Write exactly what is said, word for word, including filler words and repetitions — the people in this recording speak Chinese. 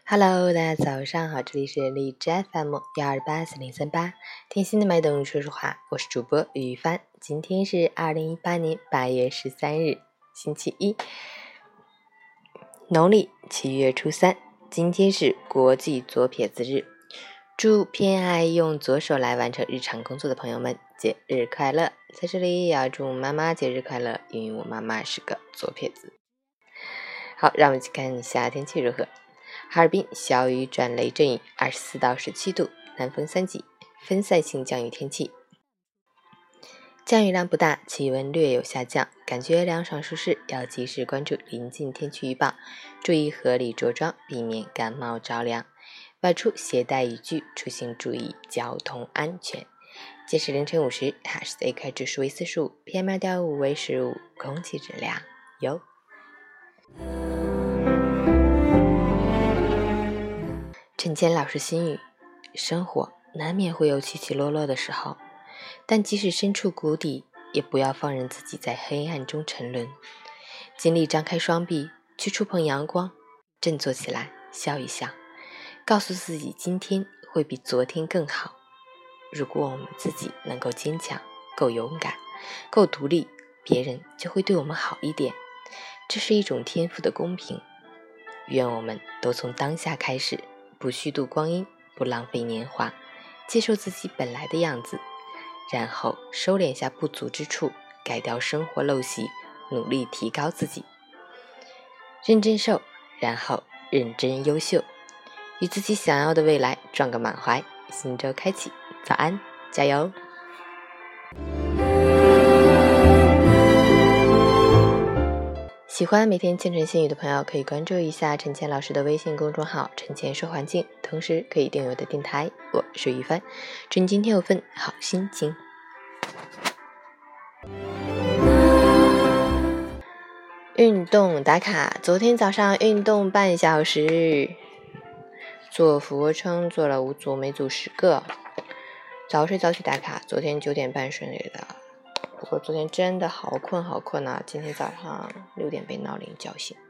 Hello， 大家早上好，这里是荔枝 F M 幺二八四零三八，听心的脉动说说话，我是主播于帆。今天是二零一八年八月十三日，星期一，农历七月初三，今天是国际左撇子日，祝偏爱用左手来完成日常工作的朋友们节日快乐！在这里也要祝妈妈节日快乐，因为我妈妈是个左撇子。好，让我们一起看一下天气如何。哈尔滨小雨转雷阵雨，二十四到十七度，南风三级，分散性降雨天气。降雨量不大，气温略有下降，感觉凉爽舒适，要及时关注临近天气预报，注意合理着装，避免感冒着凉。外出携带雨具，出行注意交通安全。截止凌晨五时，哈市的 A Q I 指数为四十五 ，P M 二点五 为十五，空气质量优。陈谦老师心语：生活难免会有起起落落的时候，但即使身处谷底，也不要放任自己在黑暗中沉沦，尽力张开双臂去触碰阳光，振作起来，笑一笑，告诉自己今天会比昨天更好。如果我们自己能够坚强，够勇敢，够独立，别人就会对我们好一点，这是一种天赋的公平。愿我们都从当下开始，不虚度光阴，不浪费年华，接受自己本来的样子，然后收敛下不足之处，改掉生活陋习，努力提高自己。认真瘦，然后认真优秀，与自己想要的未来撞个满怀。新周开启，早安，加油！喜欢每天清晨新语的朋友，可以关注一下陈谦老师的微信公众号陈谦说环境，同时可以订阅我的电台。我是于帆，祝你今天有份好心情。运动打卡，昨天早上运动半小时，做俯卧撑做了五组，每组十个。早睡早起打卡，昨天九点半顺利的。不过昨天真的好困好困啊！今天早上六点被闹铃叫醒。